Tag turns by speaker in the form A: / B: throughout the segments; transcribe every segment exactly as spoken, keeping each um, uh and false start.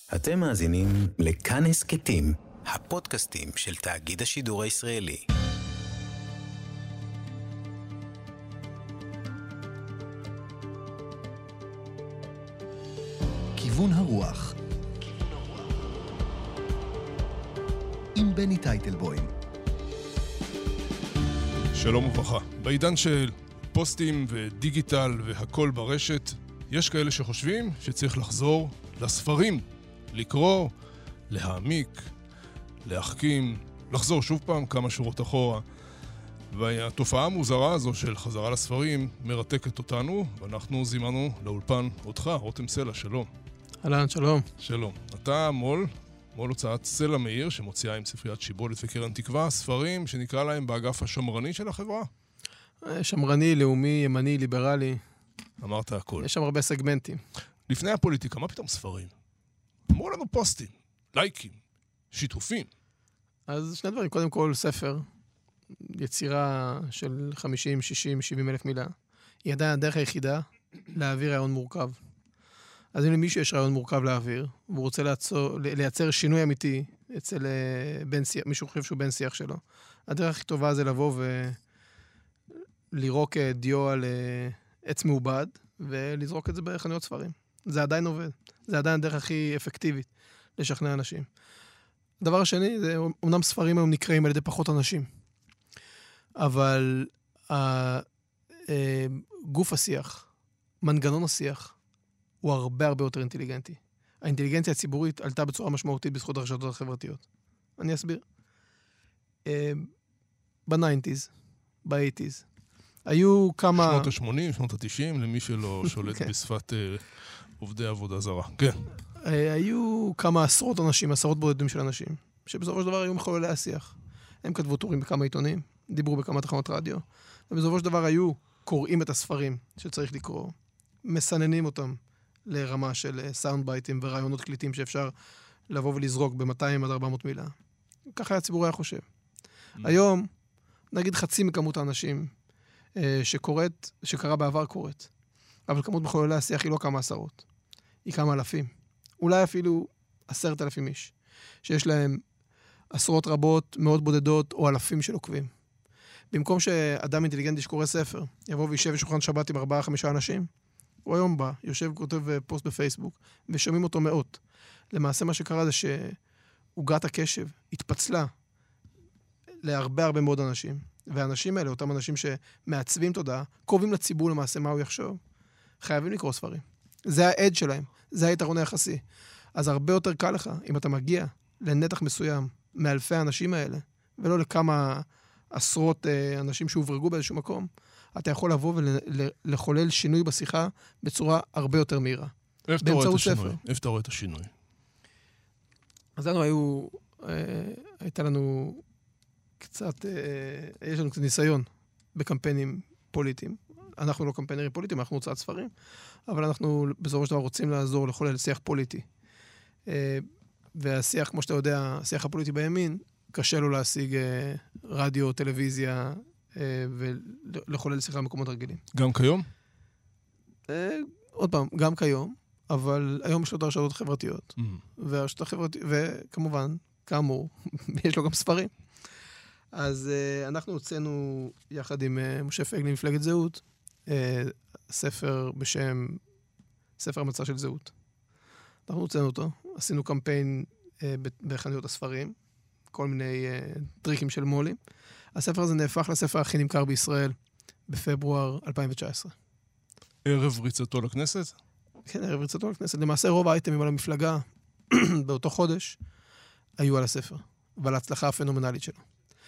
A: אתם מאזינים לכאן הסכתים, הפודקאסטים של תאגיד השידור הישראלי.
B: כיוון הרוח עם בני טייטלבוים.
C: שלום וברכה. בעידן של פוסטים ודיגיטל והכל ברשת, יש כאלה שחושבים שצריך לחזור לספרים, לקרוא, להעמיק, להחכים, לחזור שוב פעם כמה שורות אחורה. והתופעה המוזרה הזו של חזרה לספרים מרתקת אותנו, ואנחנו זימנו לאולפן אותך, רותם סלע, שלום.
D: אהלן, שלום.
C: שלום. אתה מול, מול הוצאת סלע מאיר, שמוציאה עם ספריית שיבולת וקרן תקווה, ספרים שנקרא להם באגף השמרני של החברה?
D: שמרני, לאומי, ימני, ליברלי.
C: אמרת הכל.
D: יש שם הרבה סגמנטים.
C: לפני הפוליטיקה, מה פתאום ספרים? אמרו לנו פוסטים, לייקים, שיתופים.
D: אז שני דברים, קודם כל ספר, יצירה של חמישים, שישים, שבעים אלף מילה. היא עדיין הדרך היחידה להעביר רעיון מורכב. אז אם למישהו יש רעיון מורכב להעביר, והוא רוצה לייצר, לייצר שינוי אמיתי אצל בן שיח, מישהו חושב שהוא בן שיח שלו, הדרך הכי טובה זה לבוא ולירוק דיו על עץ מעובד, ולזרוק את זה בחנויות ספרים. זה עדיין עובד. זה עדיין הדרך הכי אפקטיבית לשכנע אנשים. הדבר השני, זה אומנם ספרים היום נקראים על ידי פחות אנשים, אבל גוף השיח, מנגנון השיח, הוא הרבה הרבה יותר אינטליגנטי. האינטליגנציה הציבורית עלתה בצורה משמעותית בזכות הרשתות החברתיות. אני אסביר. ב-תשעים, ב-שמונים, היו כמה...
C: שנות ה-שמונים, שנות ה-תשעים, למי שלא שולט בשפת עובדי עבודה זרה. כן.
D: היו כמה עשרות אנשים, עשרות בודדים של אנשים, שבסופו של דבר היו מחוללי השיח. הם כתבו טורים בכמה עיתונים, דיברו בכמה תחנות רדיו, ובסופו של דבר היו קוראים את הספרים שצריך לקרוא, מסננים אותם לרמה של סאונד בייטים ורעיונות קליטים שאפשר לבוא ולזרוק ב-מאתיים עד ארבע מאות מילה. ככה הציבור היה חושב. היום, נגיד חצי מכמות האנשים שקוראת, שקרה בעבר קוראת, אבל כמות מחוללי השיח היא לא כמה עשרות, היא כמה אלפים. אולי אפילו עשרת אלפים איש, שיש להם עשרות רבות, מאות בודדות או אלפים של עוקבים. במקום שאדם אינטליגנטי שקורא ספר, יבוא וישב בשולחן שבת עם ארבעה, חמישה אנשים, הוא היום בא, יושב וכותב פוסט בפייסבוק, ושומעים אותו מאות. למעשה מה שקרה זה שעוגת הקשב התפצלה להרבה הרבה מאוד אנשים, והאנשים האלה, אותם אנשים שמעצבים תודעה, קובעים לציבור למעשה מה הוא יחשוב, חייבים לקרוא ספרים. זה העד שלהם, זה היתרון היחסי. אז הרבה יותר קל לך, אם אתה מגיע לנתח מסוים מאלפי האנשים האלה, ולא לכמה עשרות אנשים שהוברגו באיזשהו מקום, אתה יכול לבוא ולחולל שינוי בשיחה בצורה הרבה יותר מהירה.
C: איפה אתה רואה את השינוי? איפה אתה רואה את השינוי?
D: אז לנו היו, הייתה לנו קצת, יש לנו קצת ניסיון בקמפיינים פוליטיים. אנחנו לא קמפיינרים פוליטיים, אנחנו הוצאת ספרים, אבל אנחנו בסופו של דבר רוצים לעזור לחולל שיח פוליטי. והשיח, כמו שאתה יודע, השיח הפוליטי בימין, קשה לו להשיג רדיו, טלוויזיה, ולחולל שיחה במקומות רגילים.
C: גם כיום?
D: עוד פעם, גם כיום, אבל היום יש לו את הרשתות החברתיות. והרשתות החברתיות, וכמובן, כאמור, יש לו גם ספרים. אז אנחנו הוצאנו יחד עם משה פייגלין מפלגת זהות, ספר בשם ספר המצע של זהות. אנחנו הוצאנו אותו, עשינו קמפיין בחנויות הספרים, כל מיני טריקים של מולים. הספר הזה נהפך לספר הכי נמכר בישראל בפברואר אלפיים תשע עשרה.
C: ערב ריצתו לכנסת?
D: כן, ערב ריצתו לכנסת. למעשה רוב האייטמים על המפלגה באותו חודש היו על הספר, ועל ההצלחה הפנומנלית שלו.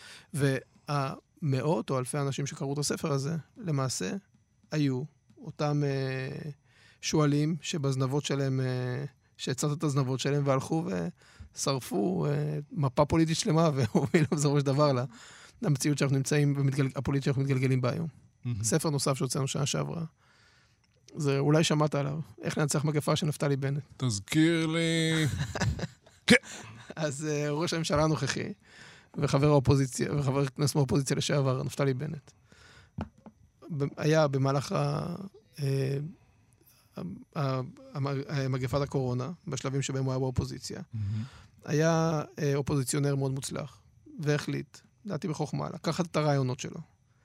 D: והמאות או אלפי אנשים שקראו את הספר הזה, למעשה היו אותם אה, שואלים שבזנבות שלהם, אה, שהצעת את הזנבות שלהם, והלכו ושרפו אה, מפה פוליטית שלמה, והובילו בסופו של דבר למציאות שאנחנו נמצאים, ומתגל... הפוליטית שאנחנו מתגלגלים בה היום. Mm-hmm. ספר נוסף שהוצאנו שנה שעברה. זה אולי שמעת עליו. איך לנצח מגפה של נפתלי בנט.
C: תזכיר לי... כן.
D: אז אה, ראש הממשלה הנוכחי, וחבר האופוזיציה, וחבר כנסת מהאופוזיציה לשעבר, נפתלי בנט. היה במהלך מגפת הקורונה, בשלבים שבהם הוא היה באופוזיציה, היה אופוזיציונר מאוד מוצלח, והחליט, דעתי בחוכמה, לקחת את הרעיונות שלו,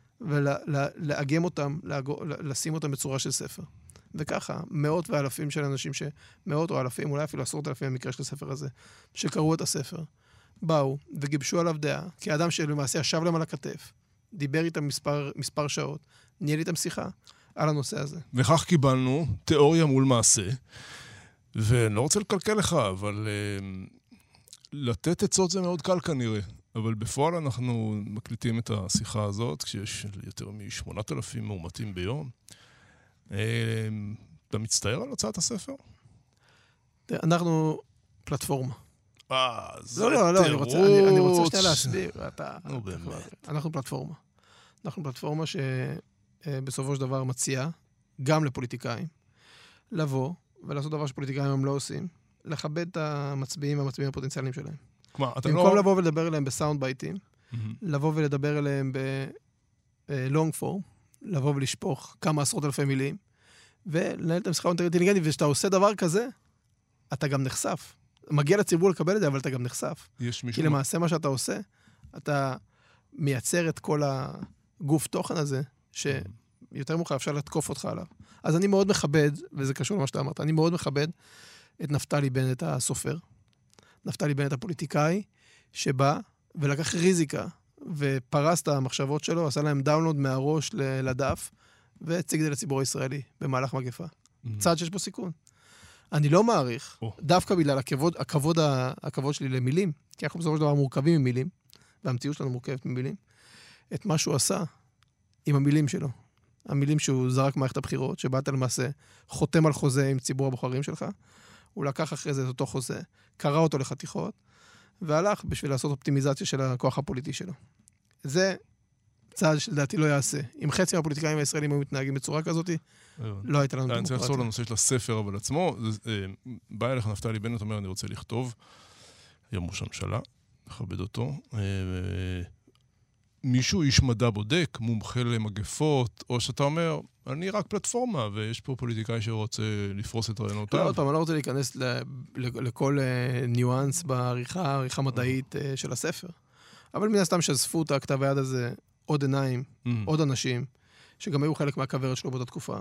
D: ולאגם אותם, לשים אותם בצורה של ספר. וככה, מאות ואלפים של אנשים, מאות או אלפים, אולי אפילו עשרות אלפים במקרה של הספר הזה, שקראו את הספר, באו וגיבשו עליו דעה, כי האדם שלמעשה ישב להם על הכתף, דיבר איתם מספר, מספר שעות, ניהל איתם שיחה על הנושא הזה.
C: וכך קיבלנו תיאוריה מול מעשה, ואני לא רוצה לקלקל לך, אבל uh, לתת עצות זה מאוד קל כנראה. אבל בפועל אנחנו מקליטים את השיחה הזאת, כשיש יותר מ-שמונת אלפים מאומתים ביום. Uh, אתה מצטער על הוצאת הספר?
D: אנחנו פלטפורמה.
C: אה, זה
D: לא, לא, לא, אני רוצה, אני, אני רוצה שנייה להסביר. אתה,
C: נו,
D: אתה
C: באמת.
D: כבר, אנחנו פלטפורמה. אנחנו פלטפורמה שבסופו של דבר מציעה, גם לפוליטיקאים, לבוא ולעשות דבר שפוליטיקאים הם לא עושים, לכבד את המצביעים והמצביעים הפוטנציאליים שלהם.
C: כלומר, אתה
D: במקום
C: לא...
D: לבוא ולדבר אליהם בסאונד בייטים,
C: Mm-hmm.
D: לבוא ולדבר אליהם בלונג פורם, לבוא ולשפוך כמה עשרות אלפי מילים, ולנהל את המשחק יותר אינטליגנטי, וכשאתה עושה דבר כזה, אתה גם נחשף. מגיע לציבור לקבל את זה, אבל אתה גם נחשף.
C: יש מישהו...
D: כי למעשה מה שאתה עושה, אתה מייצר את כל הגוף תוכן הזה, שיותר מאוחר אפשר לתקוף אותך עליו. אז אני מאוד מכבד, וזה קשור למה שאתה אמרת, אני מאוד מכבד את נפתלי בנט הסופר, נפתלי בנט הפוליטיקאי, שבא ולקח ריזיקה, ופרס את המחשבות שלו, עשה להם דאונלוד מהראש לדף, והציג את זה לציבור הישראלי, במהלך מגפה. צעד שיש בו סיכון. אני לא מעריך, oh. דווקא בגלל הכבוד, הכבוד, הכבוד שלי למילים, כי אנחנו בסופו של דבר מורכבים ממילים, והמציאות שלנו מורכבת ממילים, את מה שהוא עשה עם המילים שלו. המילים שהוא זרק מערכת הבחירות, שבאת למעשה חותם על חוזה עם ציבור הבוחרים שלך, הוא לקח אחרי זה את אותו חוזה, קרא אותו לחתיכות, והלך בשביל לעשות אופטימיזציה של הכוח הפוליטי שלו. זה צעד שלדעתי לא יעשה. אם חצי מהפוליטיקאים הישראלים היו מתנהגים בצורה כזאת, לא הייתה לנו דמוקרטיה.
C: אני צריך לחזור לנושא של הספר, אבל עצמו, בא אליך נפתלי בנט, אומר, אני רוצה לכתוב, היום ראש הממשלה, לכבד אותו, מישהו איש מדע בודק, מומחה למגפות, או שאתה אומר, אני רק פלטפורמה, ויש פה פוליטיקאי שרוצה לפרוס את רעיונותיו.
D: לא, עוד פעם, אני לא רוצה להיכנס לכל ניואנס בעריכה, עריכה מדעית של הספר. אבל מן הסתם שאספו את הכתב היד הזה עוד עיניים, עוד אנשים, שגם היו חלק מהכברת שלו באותה תקופה,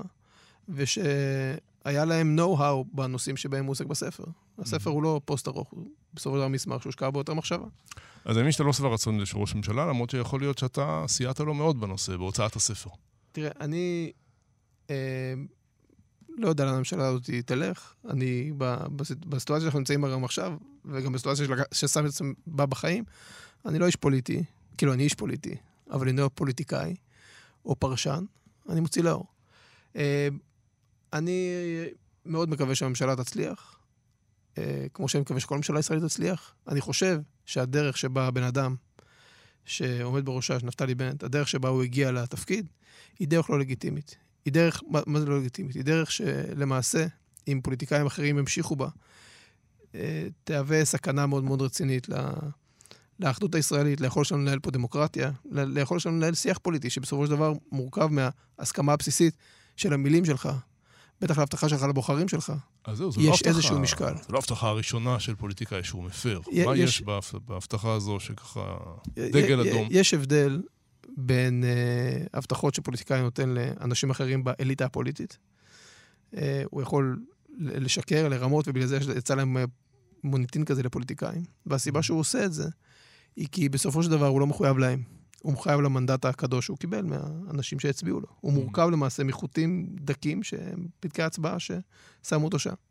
D: ושהיה להם know-how בנושאים שבהם הוא עוסק בספר. הספר הוא לא פוסט ארוך, הוא בסופו של דבר מסמך שהושקע בו יותר מחשבה.
C: אז אני שאתה לא שבע רצון של ראש הממשלה, למרות שיכול להיות שאתה סייעת לו מאוד בנושא, בהוצאת הספר. תראה,
D: אני אה, לא יודע לאן הממשלה הזאת תלך. אני, בסיטואציה שאנחנו נמצאים גם עכשיו, וגם בסיטואציה ששם את זה בה בחיים, אני לא איש פוליטי, כאילו אני איש פוליטי, אבל אני לא פוליטיקאי, או פרשן, אני מוציא לאור. אה, אני מאוד מקווה שהממשלה תצליח, אה, כמו שאני מקווה שכל ממשלה ישראלית תצליח. אני חושב שהדרך שבה הבן אדם שעומד בראשה, שנפתלי בנט, הדרך שבה הוא הגיע לתפקיד, היא דרך לא לגיטימית. היא דרך, מה, מה זה לא לגיטימית? היא דרך שלמעשה, אם פוליטיקאים אחרים המשיכו בה, אה, תהווה סכנה מאוד מאוד רצינית ל... לאחדות הישראלית, ליכול שלנו לנהל פה דמוקרטיה, ליכול שלנו לנהל שיח פוליטי, שבסופו של דבר מורכב מההסכמה הבסיסית של המילים שלך, בטח להבטחה שלך לבוחרים שלך.
C: אז זהו, זה
D: יש
C: לא הבטחה,
D: איזשהו משקל.
C: זה לא הבטחה הראשונה של פוליטיקאי שהוא מפר.
D: י-
C: מה
D: יש...
C: יש בהבט... בהבטחה הזו שככה דגל
D: י-
C: אדום?
D: יש הבדל בין uh, הבטחות שפוליטיקאי נותן לאנשים אחרים באליטה הפוליטית. Uh, הוא יכול לשקר, לרמות, ובגלל זה יצא להם מוניטין כזה לפוליטיקאים. והסיבה שהוא עושה את זה, היא כי בסופו של דבר הוא לא מחויב להם. הוא מחויב למנדט הקדוש שהוא קיבל מהאנשים שהצביעו לו. הוא מורכב למעשה מחוטים דקים שהם פתקי הצבעה ששמו אותו שם.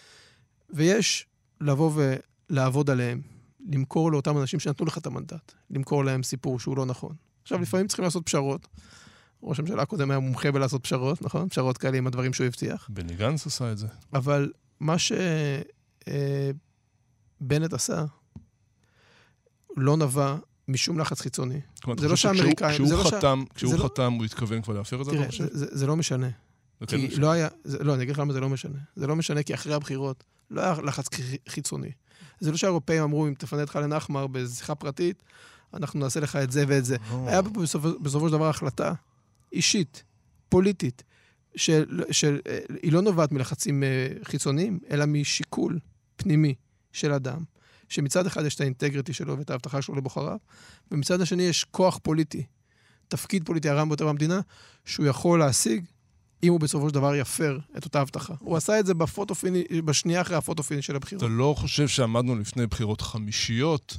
D: ויש לבוא ולעבוד עליהם, למכור לאותם אנשים שנתנו לך את המנדט, למכור להם סיפור שהוא לא נכון. עכשיו, לפעמים צריכים לעשות פשרות. ראש הממשלה הקודם היה מומחה בלעשות פשרות, נכון? פשרות כאלה עם הדברים שהוא הבטיח.
C: בני גנץ עשה את זה.
D: אבל מה שבנט עשה, לא נבע משום לחץ חיצוני. זה לא שהאמריקאים...
C: כשהוא חתם, הוא התכוון כבר להפר את זה?
D: תראה, זה לא משנה. כי לא היה... לא, אני אגיד לך למה זה לא משנה. זה לא משנה כי אחרי הבחירות לא היה לחץ חיצוני. זה לא שהאירופאים אמרו, אם תפנה אותך לנחמר בשיחה פרטית, אנחנו נעשה לך את זה ואת זה. היה בסופו של דבר החלטה אישית, פוליטית, של, של, היא לא נובעת מלחצים חיצוניים, אלא משיקול פנימי של אדם, שמצד אחד יש את האינטגריטי שלו ואת ההבטחה שלו לבוחריו, ומצד השני יש כוח פוליטי, תפקיד פוליטי הרם ביותר במדינה, שהוא יכול להשיג, אם הוא בסופו של דבר יפר את אותה הבטחה. הוא עשה את זה בפוטופיני, בשנייה אחרי הפוטופיני של הבחירות.
C: אתה לא חושב שעמדנו לפני בחירות חמישיות,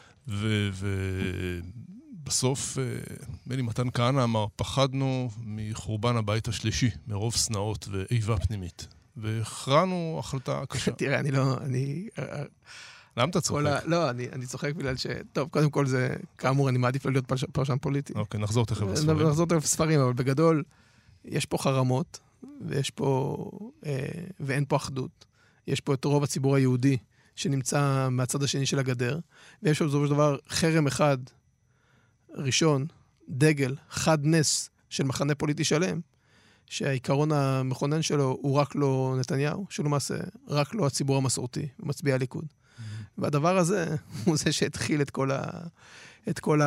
C: ובסוף, בני מתן כהנא אמר, פחדנו מחורבן הבית השלישי, מרוב שנאות ואיבה פנימית. והכרענו החלטה קשה.
D: תראה, אני לא... אני...
C: למה אתה צוחק?
D: ה... לא, אני, אני צוחק בגלל ש... טוב, קודם כל זה, כאמור, אני מעדיף לא להיות פרש... פרשן פוליטי.
C: אוקיי, נחזור תכף לספרים.
D: נחזור תכף לספרים, אבל בגדול, יש פה חרמות, ויש פה... אה, ואין פה אחדות. יש פה את רוב הציבור היהודי, שנמצא מהצד השני של הגדר, ויש פה בסופו של דבר חרם אחד, ראשון, דגל, חד נס של מחנה פוליטי שלם, שהעיקרון המכונן שלו הוא רק לא נתניהו, שלמעשה רק לא הציבור המסורתי, מצביע הליכוד. והדבר הזה הוא זה שהתחיל את כל ה... את כל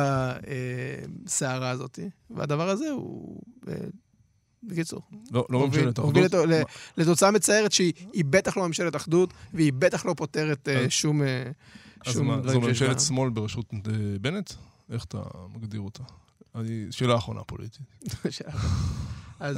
D: הסערה הזאת. והדבר הזה הוא... בקיצור.
C: לא, לא ממשלת אחדות.
D: הוביל לתוצאה מצערת שהיא בטח לא ממשלת אחדות, והיא בטח לא פותרת שום...
C: אז מה, זו ממשלת שמאל בראשות בנט? איך אתה מגדיר אותה? שאלה האחרונה פוליטית.
D: אז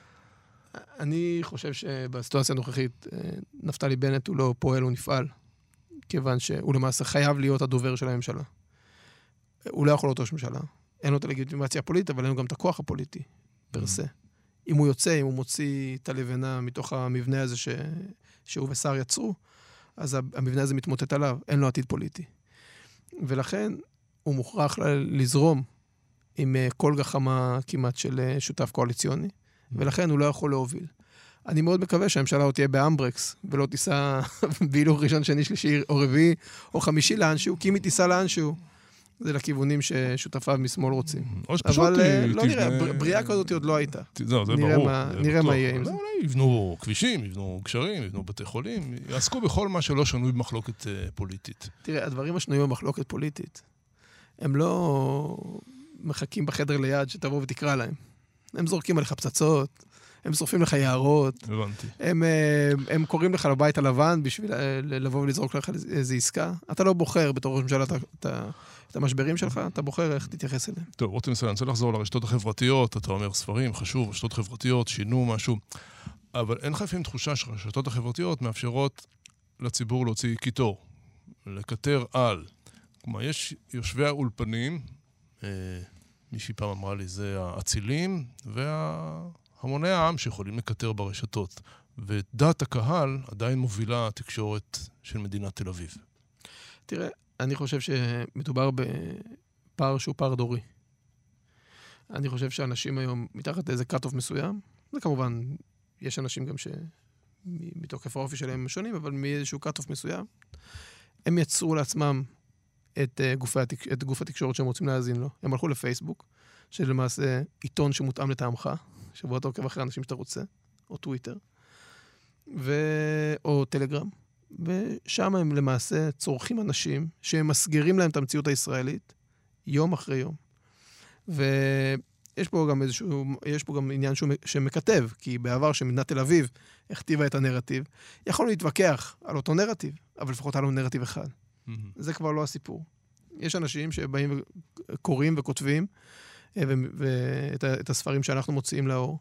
D: אני חושב שבסיטואציה הנוכחית, נפתלי בנט הוא לא פועל, הוא נפעל, כיוון שהוא למעשה חייב להיות הדובר של הממשלה. הוא לא יכול להיות ראש ממשלה. אין לו את הלגיטימציה הפוליטית, אבל אין לו גם את הכוח הפוליטי, פרסה. אם הוא יוצא, אם הוא מוציא את הלבנה מתוך המבנה הזה ש... שהוא ושר יצרו, אז המבנה הזה מתמוטט עליו, אין לו עתיד פוליטי. ולכן הוא מוכרח לזרום עם כל גחמה כמעט של שותף קואליציוני, ולכן הוא לא יכול להוביל. אני מאוד מקווה שהממשלה עוד תהיה באמברקס, ולא תיסע בהילוך ראשון, שני, שלישי, או רביעי, או חמישי לאנשהו, כי אם היא תיסע לאנשהו, זה לכיוונים ששותפיו משמאל רוצים. אבל לא נראה, בריאה כזאת עוד לא הייתה.
C: זהו, זה ברור.
D: נראה מה יהיה עם זה.
C: אולי יבנו כבישים, יבנו גשרים, יבנו בתי חולים, יעסקו בכל מה שלא שנוי במחלוקת פוליטית.
D: תראה, הדברים השנויים במחלוקת פוליטית, הם לא מחכים בחדר ליד שתבוא ותקרא להם. הם זורקים עליך פצצות, הם שורפים לך יערות.
C: הבנתי.
D: הם, הם קוראים לך לבית הלבן בשביל לבוא ולזרוק לך איזו עסקה. אתה לא בוחר בתור ראש ממשלה את המשברים שלך, אתה בוחר איך תתייחס אליהם.
C: טוב, רותם סלע, אני רוצה לחזור לרשתות החברתיות, אתה אומר ספרים, חשוב, רשתות חברתיות, שינו משהו, אבל אין לך לפעמים תחושה שהרשתות החברתיות מאפשרות לציבור להוציא קיטור, לקטר על. כלומר, יש יושבי האולפנים, אה, מישהי פעם אמרה לי, זה האצילים והמוני העם שיכולים לקטר ברשתות. ודעת הקהל עדיין מובילה התקשורת של מדינת תל אביב.
D: תראה, אני חושב שמדובר בפער שהוא פער דורי. אני חושב שאנשים היום מתחת לאיזה קאט-אוף מסוים, זה כמובן, יש אנשים גם שמתוקף האופי שלהם שונים, אבל מאיזשהו קאט-אוף מסוים, הם יצרו לעצמם את גוף, התק... את גוף התקשורת שהם רוצים להאזין לו. הם הלכו לפייסבוק, שלמעשה עיתון שמותאם לטעמך, שבו אתה עוקב אחרי אנשים שאתה רוצה, או טוויטר, ו... או טלגרם, ושם הם למעשה צורכים אנשים שהם מסגרים להם את המציאות הישראלית יום אחרי יום. ויש פה גם איזשהו, יש פה גם עניין שהוא שמכתב, כי בעבר שמדינת תל אביב הכתיבה את הנרטיב, יכולנו להתווכח על אותו נרטיב, אבל לפחות היה לנו נרטיב אחד. זה כבר לא הסיפור. יש אנשים שבאים וקוראים וכותבים את הספרים שאנחנו מוציאים לאור,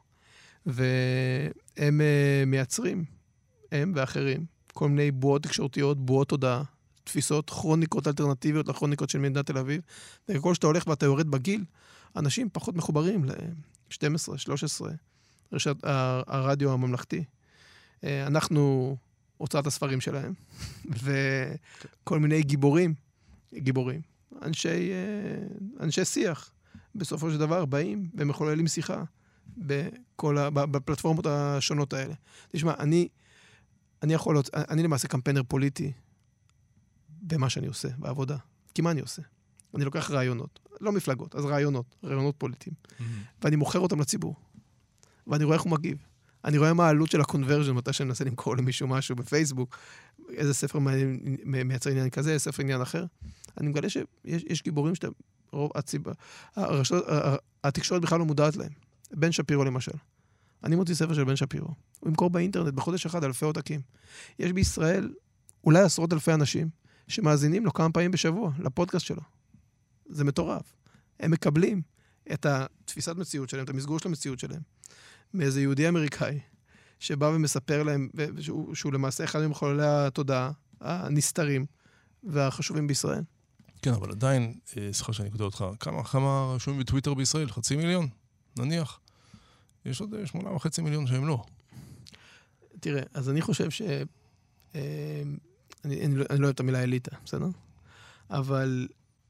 D: והם מייצרים, הם ואחרים, כל מיני בועות תקשורתיות, בועות תודעה, תפיסות, כרוניקות אלטרנטיביות לכרוניקות של מדינת תל אביב, וככל שאתה הולך ואתה יורד בגיל, אנשים פחות מחוברים ל-שתים עשרה, שלוש עשרה, רשת הרדיו הממלכתי. אנחנו הוצאת הספרים שלהם, וכל מיני גיבורים, גיבורים, אנשי, אנשי שיח, בסופו של דבר באים ומחוללים שיחה בכל ה, בפלטפורמות השונות האלה. תשמע, אני, אני יכול להיות, אני למעשה קמפיינר פוליטי במה שאני עושה, בעבודה. כי מה אני עושה? אני לוקח רעיונות, לא מפלגות, אז רעיונות, רעיונות פוליטיים. Mm-hmm. ואני מוכר אותם לציבור. ואני רואה איך הוא מגיב. אני רואה מה העלות של הקונברז'ן, מתי שאני מנסה למכור למישהו משהו בפייסבוק, איזה ספר מייצר עניין כזה, איזה ספר עניין אחר. אני מגלה שיש יש גיבורים שאתה, רוב הציבור, הרשתות, התקשורת בכלל לא מודעת להם. בן שפירו למשל. אני מוציא ספר של בן שפירו. הוא ימכור באינטרנט בחודש אחד אלפי עותקים. יש בישראל אולי עשרות אלפי אנשים שמאזינים לו כמה פעמים בשבוע לפודקאסט שלו. זה מטורף. הם מקבלים את התפיסת מציאות שלהם, את המסגור של המציאות שלהם, מאיזה יהודי אמריקאי, שבא ומספר להם, שהוא, שהוא למעשה אחד ממחוללי התודעה, הנסתרים והחשובים בישראל.
C: כן, אבל עדיין, סליחה שאני כותב אותך, כמה, כמה רשומים בטוויטר בישראל? חצי מיליון? נניח. יש עוד שמונה וחצי מיליון שהם לא.
D: תראה, אז אני חושב ש... אני, אני, לא, אני לא אוהב את המילה אליטה, בסדר? אבל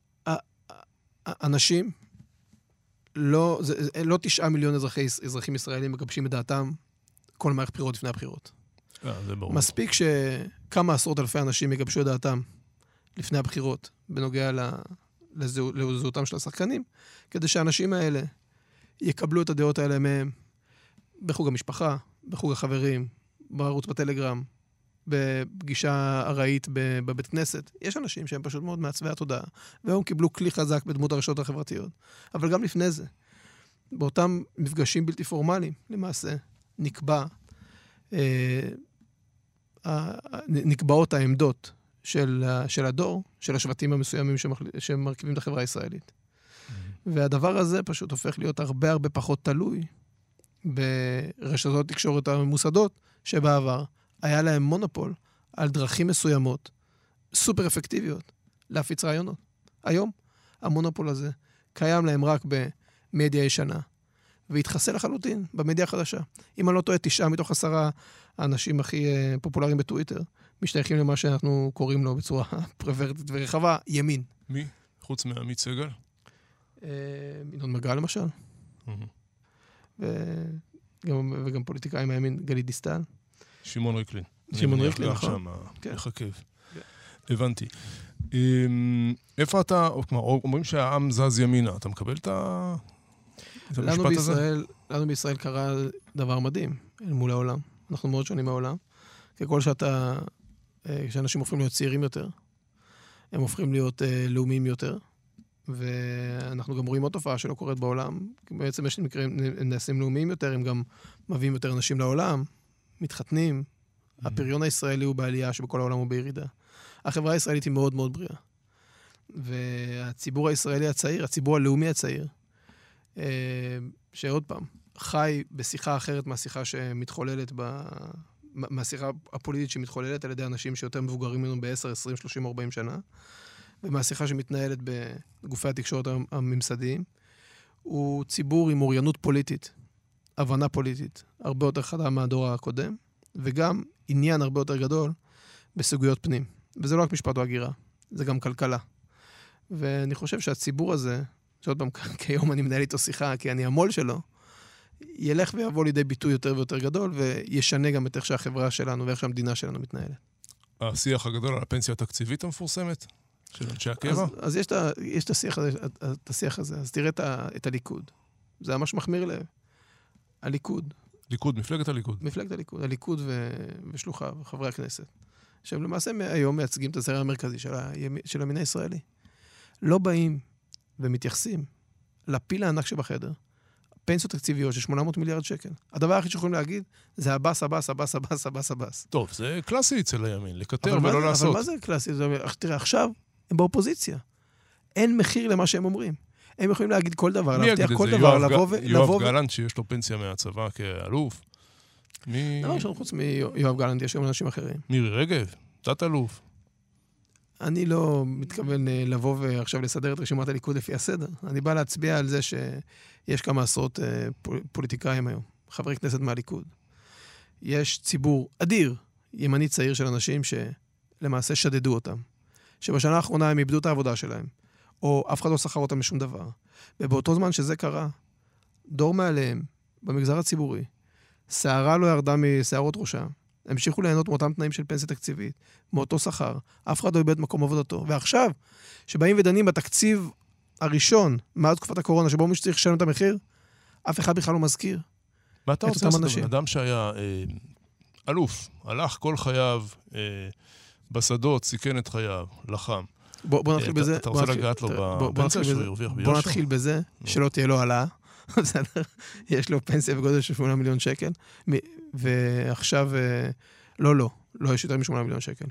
D: אנשים, לא, זה, לא תשעה מיליון אזרחי, אזרחים ישראלים מגבשים את דעתם כל מערכת בחירות לפני הבחירות.
C: זה ברור.
D: מספיק שכמה עשרות אלפי אנשים יגבשו את דעתם לפני הבחירות, בנוגע לזהו, לזהותם של השחקנים, כדי שהאנשים האלה יקבלו את הדעות האלה מהם בחוג המשפחה, בחוג החברים, בערוץ בטלגרם, בפגישה ארעית בבית כנסת. יש אנשים שהם פשוט מאוד מעצבי התודעה, והם קיבלו כלי חזק בדמות הרשתות החברתיות. אבל גם לפני זה, באותם מפגשים בלתי פורמליים, למעשה, נקבע, אה, נקבעות העמדות של, של הדור, של השבטים המסוימים שמרכיבים את החברה הישראלית. והדבר הזה פשוט הופך להיות הרבה הרבה פחות תלוי ברשתות תקשורת הממוסדות, שבעבר היה להם מונופול על דרכים מסוימות, סופר אפקטיביות, להפיץ רעיונות. היום, המונופול הזה קיים להם רק במדיה ישנה, והתחסל לחלוטין במדיה החדשה. אם אני לא טועה, תשעה מתוך עשרה האנשים הכי פופולריים בטוויטר, משתייכים למה שאנחנו קוראים לו בצורה פרוורטית ורחבה, ימין.
C: מי? חוץ מעמית סגל?
D: ינון מגל למשל. וגם, וגם פוליטיקאי מהימין, גלית דיסטל.
C: שמעון ריקלין.
D: שמעון ריקלין, נכון.
C: שם מחכב. הבנתי. איפה אתה, אומרים שהעם זז ימינה, אתה מקבל את המשפט הזה?
D: לנו בישראל קרה דבר מדהים אל מול העולם. אנחנו מאוד שונים מהעולם. ככל שאתה, כשאנשים הופכים להיות צעירים יותר, הם הופכים להיות לאומיים יותר, ואנחנו גם רואים עוד תופעה שלא קורית בעולם. בעצם יש מקרים, הם נעשים לאומיים יותר, הם גם מביאים יותר אנשים לעולם, מתחתנים. הפריון הישראלי הוא בעלייה שבכל העולם הוא בירידה. החברה הישראלית היא מאוד מאוד בריאה. והציבור הישראלי הצעיר, הציבור הלאומי הצעיר, שעוד פעם, חי בשיחה אחרת מהשיחה שמתחוללת, ב... מהשיחה הפוליטית שמתחוללת על ידי אנשים שיותר מבוגרים ממנו ב-עשר, עשרים, שלושים, ארבעים שנה, ומהשיחה שמתנהלת בגופי התקשורת הממסדיים, הוא ציבור עם אוריינות פוליטית, הבנה פוליטית, הרבה יותר חדה מהדור הקודם, וגם עניין הרבה יותר גדול בסוגיות פנים. וזה לא רק משפט או הגירה, זה גם כלכלה. ואני חושב שהציבור הזה, שעוד פעם, כיום אני מנהל איתו שיחה, כי אני המול שלו, ילך ויבוא לידי ביטוי יותר ויותר גדול, וישנה גם את איך שהחברה שלנו ואיך שהמדינה שלנו מתנהלת.
C: השיח הגדול על הפנסיה התקציבית המפורסמת של אנשי הקבע?
D: אז, אז יש, את, יש את, השיח הזה, את השיח הזה, אז תראה את, ה, את הליכוד. זה ממש מחמיר לב. הליכוד.
C: ליכוד, מפלגת הליכוד.
D: מפלגת הליכוד, הליכוד ו, ושלוחיו, חברי הכנסת. שהם למעשה היום מייצגים את הזרם המרכזי של, הימי, של המין הישראלי. לא באים ומתייחסים לפיל הענק שבחדר, פנסיות תקציביות של שמונה מאות מיליארד שקל. הדבר הכי שיכולים להגיד, זה הבאס, הבאס, הבאס, הבאס, הבאס, הבאס.
C: טוב, זה קלאסי אצל הימין, לקטר ולא לעשות.
D: אבל מה זה קלאסי? תראה, עכשיו הם באופוזיציה. אין מחיר למה שהם אומרים. הם יכולים להגיד כל דבר, להבטיח כל דבר, לבוא ו...
C: יואב גלנט, שיש לו פנסיה מהצבא כאלוף. מי...
D: לא, שם חוץ מיואב גלנט, יש גם אנשים אחרים.
C: מירי רגב, תת אלוף.
D: אני לא מתכוון לבוא ועכשיו לסדר את רשימת הליכוד לפי הסדר. אני בא להצביע על זה שיש כמה עשרות פוליטיקאים היום, חברי כנסת מהליכוד. יש ציבור אדיר, ימני צעיר של אנשים שלמעשה שדדו אותם. שבשנה האחרונה הם איבדו את העבודה שלהם, או אף אחד לא שכר אותם משום דבר. ובאותו זמן שזה קרה, דור מעליהם, במגזר הציבורי, שערה לא ירדה משערות ראשם, המשיכו ליהנות מאותם תנאים של פנסיה תקציבית, מאותו שכר, אף אחד לא איבד מקום עבודתו. ועכשיו, שבאים ודנים בתקציב הראשון, מאז תקופת הקורונה, שבו מי שצריך לשלם את המחיר, אף אחד בכלל לא מזכיר.
C: מה אתה רוצה לעשות? בן אדם שהיה אה, אלוף, הלך כל חייו אה, בשדות, סיכן את חייו, לחם.
D: בוא, בוא נתחיל בזה.
C: אתה רוצה לגעת לו בפנסיה שהוא ירוויח ביושר?
D: בוא נתחיל בזה, שלא תהיה לו העלאה. בסדר? יש לו פנסיה בגודל של שמונה מיליון שקל, ועכשיו, לא, לא, לא יש יותר משמונה מיליון שקל.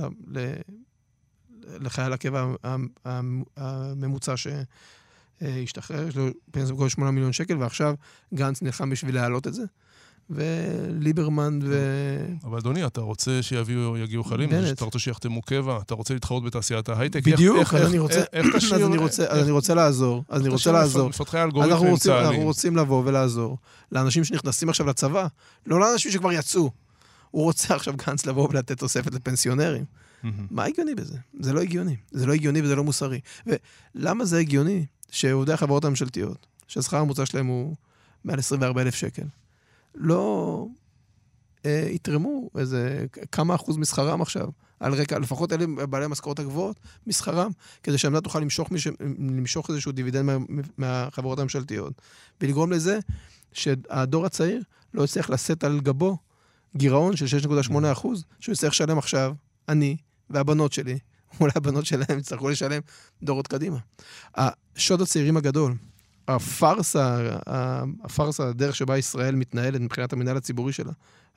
D: לחייל הקבע הממוצע שהשתחרר, יש לו פנסיה בגודל שמונה מיליון שקל, ועכשיו גנץ נלחם בשביל להעלות את זה. וליברמן ו...
C: אבל אדוני, אתה רוצה שיביאו, יגיעו חיילים, אתה רוצה שיחתמו קבע, אתה רוצה להתחרות בתעשיית ההייטק.
D: בדיוק, אז אני רוצה, אז אני רוצה לעזור, אז אני רוצה לעזור. אנחנו רוצים לבוא ולעזור לאנשים שנכנסים עכשיו לצבא, לא לאנשים שכבר יצאו. הוא רוצה עכשיו גנץ לבוא ולתת תוספת לפנסיונרים. מה הגיוני בזה? זה לא הגיוני. זה לא הגיוני וזה לא מוסרי. ולמה זה הגיוני שעובדי החברות הממשלתיות, שהשכר הממוצע שלהם הוא מעל עשרים וארבעה אלף שקל, לא אה, יתרמו איזה כמה אחוז מסחרם עכשיו, על רקע, לפחות אלה בעלי המשכורות הגבוהות, מסחרם, כדי שהמדינה תוכל למשוך, מש, למשוך איזשהו דיבידנד מה, מהחברות הממשלתיות, ולגרום לזה שהדור הצעיר לא יצטרך לשאת על גבו גירעון של שש נקודה שמונה אחוז, שהוא יצטרך לשלם עכשיו, אני והבנות שלי, אולי הבנות שלהם יצטרכו לשלם דורות קדימה. השוד הצעירים הגדול, הפרסה, הפרסה, הדרך שבה ישראל מתנהלת מבחינת המנהל הציבורי שלה,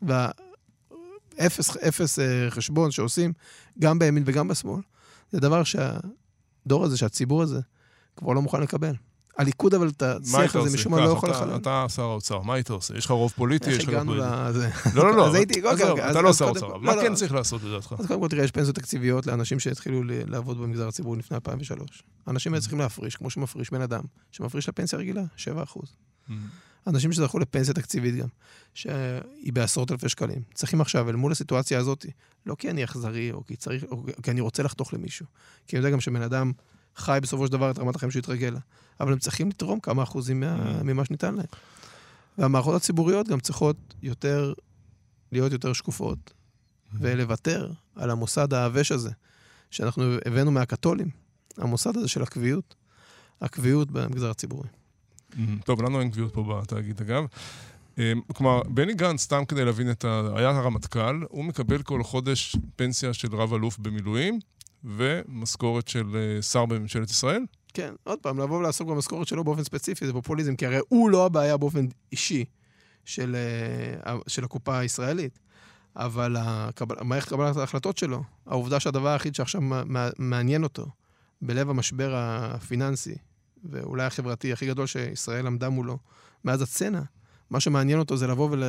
D: והאפס אפס חשבון שעושים גם בימין וגם בשמאל, זה דבר שהדור הזה, שהציבור הזה, כבר לא מוכן לקבל. הליכוד, אבל את השיח הזה משום מה לא יכול לחלם.
C: אתה שר האוצר, מה היית עושה? יש לך רוב פוליטי?
D: איך הגענו לזה?
C: לא, לא, לא.
D: אתה
C: לא שר האוצר. מה כן צריך לעשות לדעתך?
D: אז קודם כל תראה, יש פנסיות תקציביות לאנשים שהתחילו לעבוד במגזר הציבורי לפני אלפיים ושלוש. אנשים האלה צריכים להפריש, כמו שמפריש בן אדם, שמפריש לפנסיה רגילה, שבעה אחוז. אנשים שזכו לפנסיה תקציבית גם, שהיא בעשרות אלפי שקלים. צריכים עכשיו, אל מול הסיטואציה הזאת, לא כי אני אכזרי, או כי צריך, או כי אני רוצה לחתוך למישהו. כי אני יודע גם שבן אדם חי בסופו של דבר את רמת החיים שהתרגל לה. אבל הם צריכים לתרום כמה אחוזים מה, ממה שניתן להם. והמערכות הציבוריות גם צריכות יותר, להיות יותר שקופות, ולוותר על המוסד העבש הזה, שאנחנו הבאנו מהקתולים, המוסד הזה של הקביעות, הקביעות במגזר הציבורי.
C: טוב, לנו אין קביעות פה בתאגיד, אגב. כלומר, בני גנץ, סתם כדי להבין את ה... היה הרמטכ"ל, הוא מקבל כל חודש פנסיה של רב אלוף במילואים, ומשכורת של שר בממשלת ישראל?
D: כן, עוד פעם, לבוא ולעסוק במשכורת שלו באופן ספציפי, זה פופוליזם, כי הרי הוא לא הבעיה באופן אישי של, של הקופה הישראלית, אבל מערכת קבלת ההחלטות שלו, העובדה שהדבר היחיד שעכשיו מעניין אותו, בלב המשבר הפיננסי, ואולי החברתי הכי גדול שישראל עמדה מולו, מאז הצנה, מה שמעניין אותו זה לבוא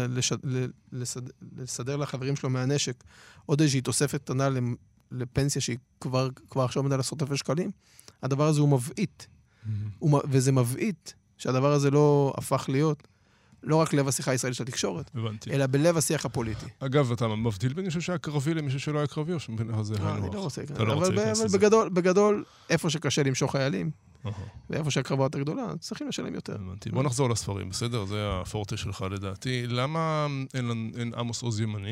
D: ולסדר לחברים שלו מהנשק, עוד איזושהי תוספת קטנה לפנסיה שהיא כבר, כבר עכשיו עומדה לעשרות אלפי שקלים, הדבר הזה הוא מבעית. Mm-hmm. וזה מבעית שהדבר הזה לא הפך להיות, לא רק לב השיחה הישראלית של התקשורת,
C: הבנתי.
D: אלא בלב השיח הפוליטי.
C: אגב, אתה מבדיל בין מישהו שהיה קרבי למישהו שלא היה קרבי, או שזה
D: לא, אני לא רוצה.
C: אתה לא רוצה להיכנס
D: לזה. אבל בגדול, בגדול, איפה שקשה למשוך חיילים, ואיפה שהקרבה יותר גדולה, צריכים לשלם יותר.
C: הבנתי. בוא נחזור לספרים, בסדר? זה הפורטה שלך לדעתי. למה אין עמוס עוז ימני?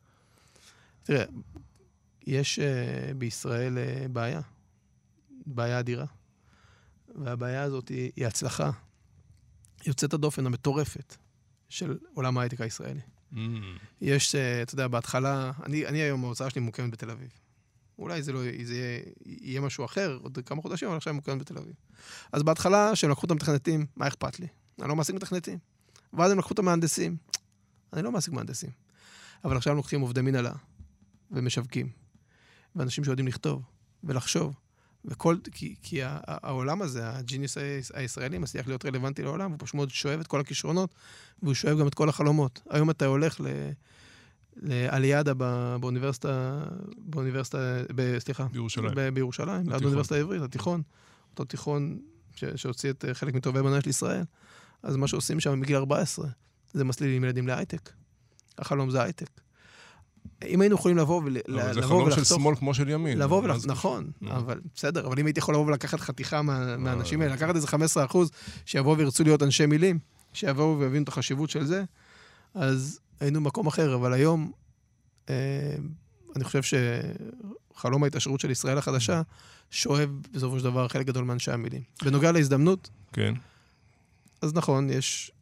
D: תראה, יש uh, בישראל uh, בעיה, בעיה אדירה, והבעיה הזאת היא, היא הצלחה, יוצאת הדופן המטורפת של עולם ההייטק הישראלי. Mm. יש, uh, אתה יודע, בהתחלה, אני, אני היום ההוצאה שלי מוקמת בתל אביב. אולי זה לא, זה יהיה, יהיה משהו אחר, עוד כמה חודשים, אבל עכשיו מוקמת בתל אביב. אז בהתחלה, שהם לקחו את המתכנתים, מה אכפת לי? אני לא מעסיק מתכנתים. ואז הם לקחו את המהנדסים. אני לא מעסיק מהנדסים. אבל עכשיו הם לוקחים עובדי מנהלה, ומשווקים. ואנשים שיודעים לכתוב ולחשוב, וכל, כי, כי העולם הזה, הג'יניוס הישראלי, מצליח להיות רלוונטי לעולם, הוא פשוט מאוד שואב את כל הכישרונות, והוא שואב גם את כל החלומות. היום אתה הולך ל... לאליאדה באוניברסיטה, באוניברסיטה, סליחה,
C: בירושלים,
D: בירושלים, ליד האוניברסיטה העברית, התיכון, אותו תיכון שהוציא את חלק מטובי בניי של ישראל. אז מה שעושים שם מגיל ארבע עשרה, זה מסלילים ילדים להייטק. החלום זה הייטק. אם היינו יכולים לבוא ולחתוך...
C: אבל זה חלום של שמאל כמו של ימין.
D: לבוא ולחתוך, נכון, אבל בסדר, אבל אם הייתי יכול לבוא ולקחת חתיכה מהאנשים האלה, לקחת איזה חמישה עשר אחוז שיבואו וירצו להיות אנשי מילים, שיבואו ויבינו את החשיבות של זה, אז היינו במקום אחר, אבל היום אני חושב שחלום ההתעשרות של ישראל החדשה שואב בסופו של דבר חלק גדול מאנשי המילים. בנוגע להזדמנות,
C: כן. אז
D: נכון, יש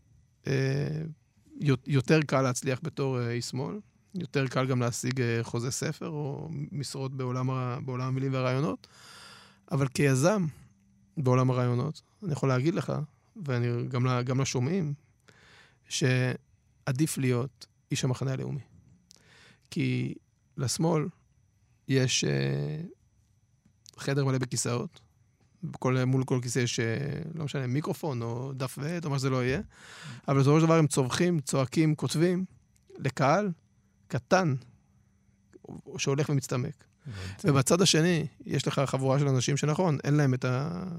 D: יותר קל להצליח בתור אי שמאל, יותר קל גם להשיג חוזה ספר או משרות בעולם, בעולם המילים והרעיונות, אבל כיזם בעולם הרעיונות, אני יכול להגיד לך, ואני גם, גם לשומעים, שעדיף להיות איש המחנה הלאומי. כי לשמאל יש uh, חדר מלא בכיסאות, בכל, מול כל כיסא יש, לא משנה, מיקרופון או דף ועט או מה שזה לא יהיה, אבל בסופו של דבר הם צורכים, צועקים, כותבים לקהל קטן, שהולך ומצטמק. ובצד השני, יש לך חבורה של אנשים שנכון, אין להם את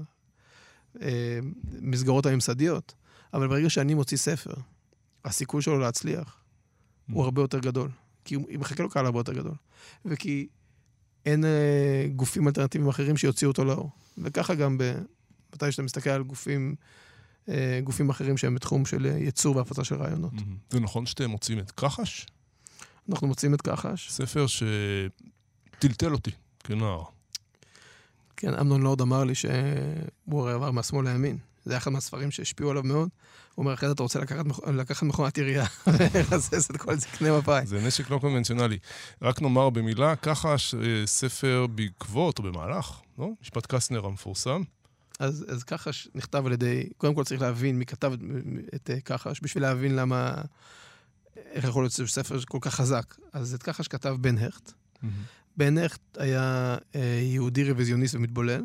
D: המסגרות הממסדיות, אבל ברגע שאני מוציא ספר, הסיכוי שלו להצליח הוא הרבה יותר גדול. כי הוא מחכה לו קהל הרבה יותר גדול. וכי אין אה, גופים אלטרנטיביים אחרים שיוציאו אותו לאור. וככה גם מתי שאתה מסתכל על גופים, אה, גופים אחרים שהם בתחום של ייצור והפצה של רעיונות.
C: זה נכון שאתם מוצאים את כחש?
D: אנחנו מוצאים את כחש.
C: ספר שטלטל אותי כנער.
D: כן, אמנון לורד אמר לי שהוא הרי עבר מהשמאל לימין. זה אחד מהספרים שהשפיעו עליו מאוד. הוא אומר, אחרי אתה רוצה לקחת, לקחת מכונת עירייה ולחסס את כל זקני מפאי.
C: זה נשק לא קונבנציונלי. רק נאמר במילה, ככה ספר בעקבות או במהלך, לא? משפט קסנר המפורסם.
D: אז, אז כחש נכתב על ידי, קודם כל צריך להבין מי כתב את כחש, בשביל להבין למה, איך יכול להיות ספר כל כך חזק. אז את כחש כתב בן הכט. Mm-hmm. בן הכט היה יהודי רוויזיוניסט ומתבולל,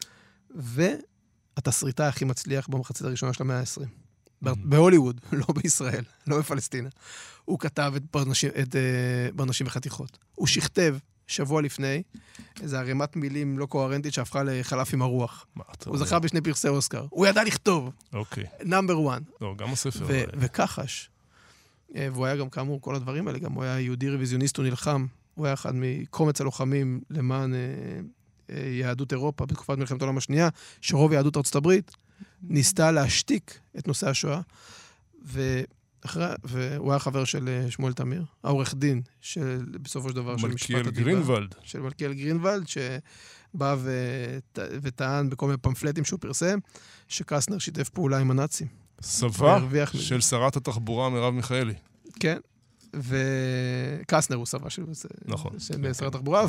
D: והתסריטה הכי מצליח במחצית הראשונה של המאה ה-עשרים. בהוליווד, לא בישראל, לא בפלסטינה. הוא כתב את ברנשים, את, uh, ברנשים וחתיכות. הוא שכתב שבוע לפני איזו ערימת מילים לא קוהרנטית שהפכה לחלף עם הרוח. הוא זכה בשני פרסי אוסקר. הוא ידע לכתוב.
C: אוקיי.
D: נאמבר וואן.
C: לא, גם הספר.
D: ו- וכחש. והוא היה גם כאמור כל הדברים האלה, גם הוא היה יהודי רוויזיוניסט, הוא נלחם. הוא היה אחד מקומץ הלוחמים למען uh, uh, יהדות אירופה בתקופת מלחמת העולם השנייה, שרוב יהדות ארצות הברית ניסתה להשתיק את נושא השואה, ואחרי, והוא היה חבר של שמואל תמיר, העורך דין, של, בסופו של דבר, של משפט הדיבה.
C: מלכיאל גרינוולד.
D: של מלכיאל גרינוולד, שבא וט, וטען בכל מיני פמפלטים שהוא פרסם, שקסנר שיתף פעולה עם הנאצים.
C: סבא של מזה. שרת התחבורה מרב מיכאלי.
D: כן, וקסנר הוא סבא של,
C: נכון.
D: של כן. שרת התחבורה,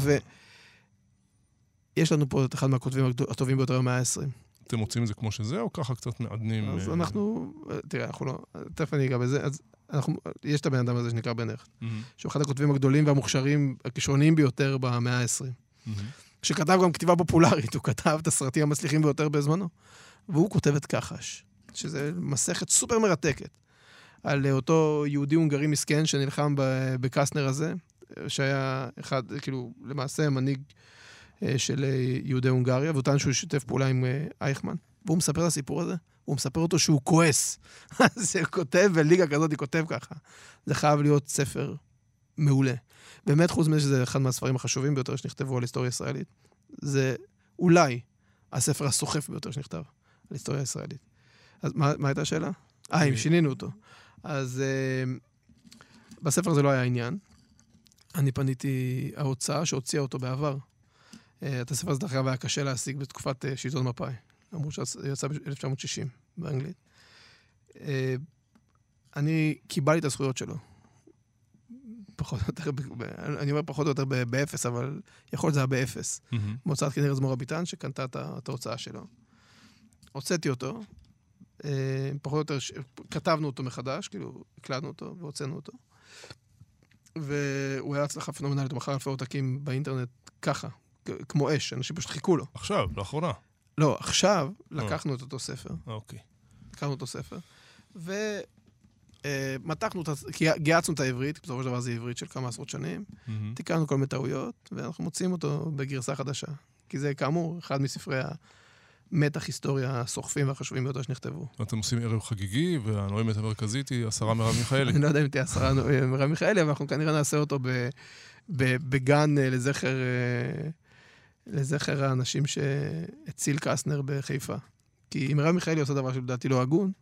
D: ויש לנו פה את אחד מהכותבים הטובים ביותר במאה ה-עשרים.
C: אתם מוצאים את זה כמו שזה, או ככה קצת מעדנים?
D: אז אנחנו, תראה, אנחנו לא, תכף אני אגע בזה, אז אנחנו, יש את הבן אדם הזה שנקרא בן הכט, שהוא אחד הכותבים הגדולים והמוכשרים, הכישרוניים ביותר במאה ה-עשרים. שכתב גם כתיבה פופולרית, הוא כתב את הסרטים המצליחים ביותר בזמנו, והוא כותב את כחש, שזה מסכת סופר מרתקת, על אותו יהודי הונגרי מסכן שנלחם בקסנר הזה, שהיה אחד, כאילו, למעשה מנהיג של יהודי הונגריה, והוא טען שהוא שיתף פעולה עם אייכמן, והוא מספר את הסיפור הזה, הוא מספר אותו שהוא כועס. אז הוא כותב, וליגה כזאת היא כותב ככה. זה חייב להיות ספר מעולה. באמת, חוץ מזה שזה אחד מהספרים החשובים ביותר שנכתבו על היסטוריה ישראלית, זה אולי הספר הסוחף ביותר שנכתב על היסטוריה הישראלית. אז מה, מה הייתה השאלה? אה, אם שינינו אותו. אז uh, בספר הזה לא היה עניין. אני פניתי ההוצאה שהוציאה אותו בעבר. Uh, את הספר הזה דרך אגב היה קשה להשיג בתקופת uh, שלטון מפא"י. אמרו שיצא ב-אלף תשע מאות שישים באנגלית. Uh, אני קיבלתי את הזכויות שלו. פחות או יותר, אני אומר פחות או יותר באפס, אבל יכול להיות זה היה באפס. Mm-hmm. מוצאת כנראה זמורה ביטן, שקנתה את ההוצאה שלו. הוצאתי אותו, פחות או יותר, כתבנו אותו מחדש, כאילו, הקלדנו אותו והוצאנו אותו. והוא היה הצלחה פנומנלית, הוא מכר אלפי עותקים באינטרנט ככה, כמו אש, אנשים פשוט חיכו לו.
C: עכשיו, לאחרונה.
D: לא, עכשיו לקחנו את אותו ספר.
C: אוקיי.
D: לקחנו אותו ספר, ו... מתחנו, גייצנו את העברית, בסופו של דבר זה עברית של כמה עשרות שנים, תיקנו כל מיני טעויות, ואנחנו מוצאים אותו בגרסה חדשה. כי זה כאמור אחד מספרי המתח היסטוריה הסוחפים והחשובים ביותר שנכתבו.
C: אתם עושים ערב חגיגי, והנואמת המרכזית היא השרה מרב מיכאלי.
D: אני לא יודע אם תהיה השרה מרב מיכאלי, אבל אנחנו כנראה נעשה אותו בגן לזכר לזכר האנשים שהציל קסנר בחיפה. כי מרב מיכאלי עושה דבר שלדעתי לא הגון,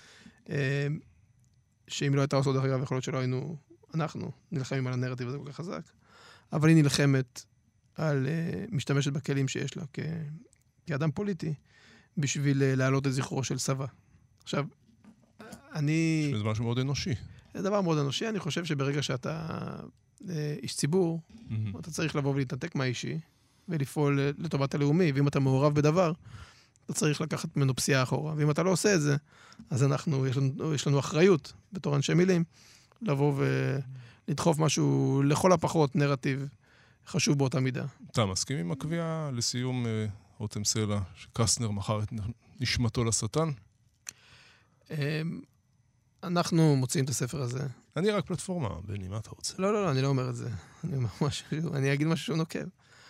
D: שאם לא הייתה עושה דרך אגב, יכול להיות שלא היינו, אנחנו נלחמים על הנרטיב הזה כל כך חזק, אבל היא נלחמת על, uh, משתמשת בכלים שיש לה כ, כאדם פוליטי, בשביל uh, להעלות את זכרו של סבא. עכשיו, אני...
C: זה משהו מאוד אנושי.
D: זה דבר מאוד אנושי, אני חושב שברגע שאתה uh, איש ציבור, mm-hmm. אתה צריך לבוא ולהתנתק מהאישי, ולפעול uh, לטובת הלאומי, ואם אתה מעורב בדבר, אתה צריך לקחת ממנו פסיעה אחורה. ואם אתה לא עושה את זה, אז אנחנו, יש לנו, יש לנו אחריות, בתור אנשי מילים, לבוא ולדחוף משהו, לכל הפחות, נרטיב חשוב באותה מידה.
C: אתה מסכים עם הקביעה לסיום רותם סלע, שקסטנר מכר את נשמתו לשטן?
D: אנחנו מוציאים את הספר הזה.
C: אני רק פלטפורמה, בני, מה אתה רוצה?
D: לא, לא, לא, אני לא אומר את זה. אני אומר משהו, אני אגיד משהו שהוא נוקב.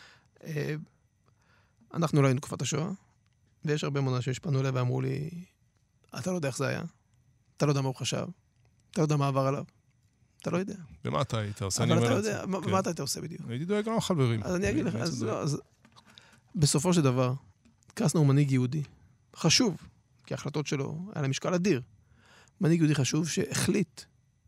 D: אנחנו לא היינו תקופת השואה, ויש הרבה מאוד אנשים שפנו אליי ואמרו לי, אתה לא יודע איך זה היה, אתה לא יודע מה הוא חשב, אתה לא יודע מה עבר עליו, אתה לא יודע.
C: ומה אתה היית עושה?
D: אבל אתה יודע, מה אתה היית עושה בדיוק?
C: הייתי דואג גם חברים.
D: אז אני אגיד לך, אז בסופו של דבר, קסטנר הוא מנהיג יהודי, חשוב, כי ההחלטות שלו היה למשקל אדיר. מנהיג יהודי חשוב שהחליט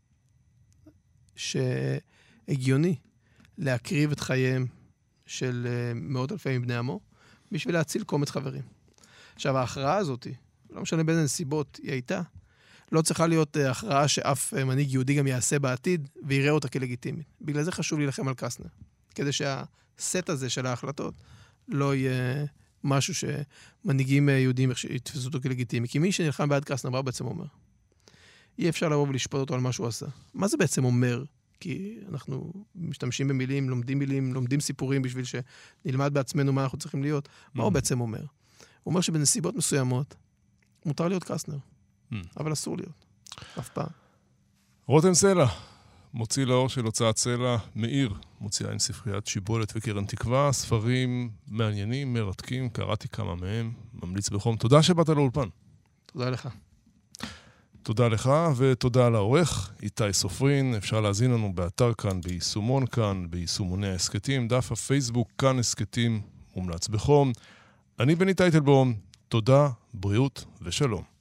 D: שהגיוני להקריב את חייהם של מאות אלפי מבני עמו, בשביל להציל קומץ חברים. עכשיו, ההכרעה הזאת, לא משנה באיזה נסיבות היא הייתה, לא צריכה להיות הכרעה שאף מנהיג יהודי גם יעשה בעתיד, ויראה אותה כלגיטימית. בגלל זה חשוב להילחם על קסטנר. כדי שהסט הזה של ההחלטות לא יהיה משהו שמנהיגים יהודים יתפסו אותו כלגיטימי. כי מי שנלחם בעד קסטנר, מה בעצם אומר? אי אפשר לבוא ולשפוט אותו על מה שהוא עשה. מה זה בעצם אומר? כי אנחנו משתמשים במילים, לומדים מילים, לומדים סיפורים בשביל שנלמד בעצמנו מה אנחנו צריכים להיות. מה הוא בעצם אומר? הוא אומר שבנסיבות מסוימות מותר להיות קסטנר, אבל אסור להיות. אף פעם.
C: רותם סלע, מוציא לאור של הוצאת סלע, מאיר, מוציאה עם ספריית שיבולת וקרן תקווה, ספרים מעניינים, מרתקים, קראתי כמה מהם, ממליץ בחום. תודה שבאת לאולפן.
D: תודה לך.
C: תודה לך ותודה לעורך, איתי סופרין. אפשר להזין לנו באתר כאן, ביישומון כאן, ביישומוני העסקתים, דף הפייסבוק כאן עסקתים, מומלץ בחום. אני בני טייטלבום, תודה, בריאות ושלום.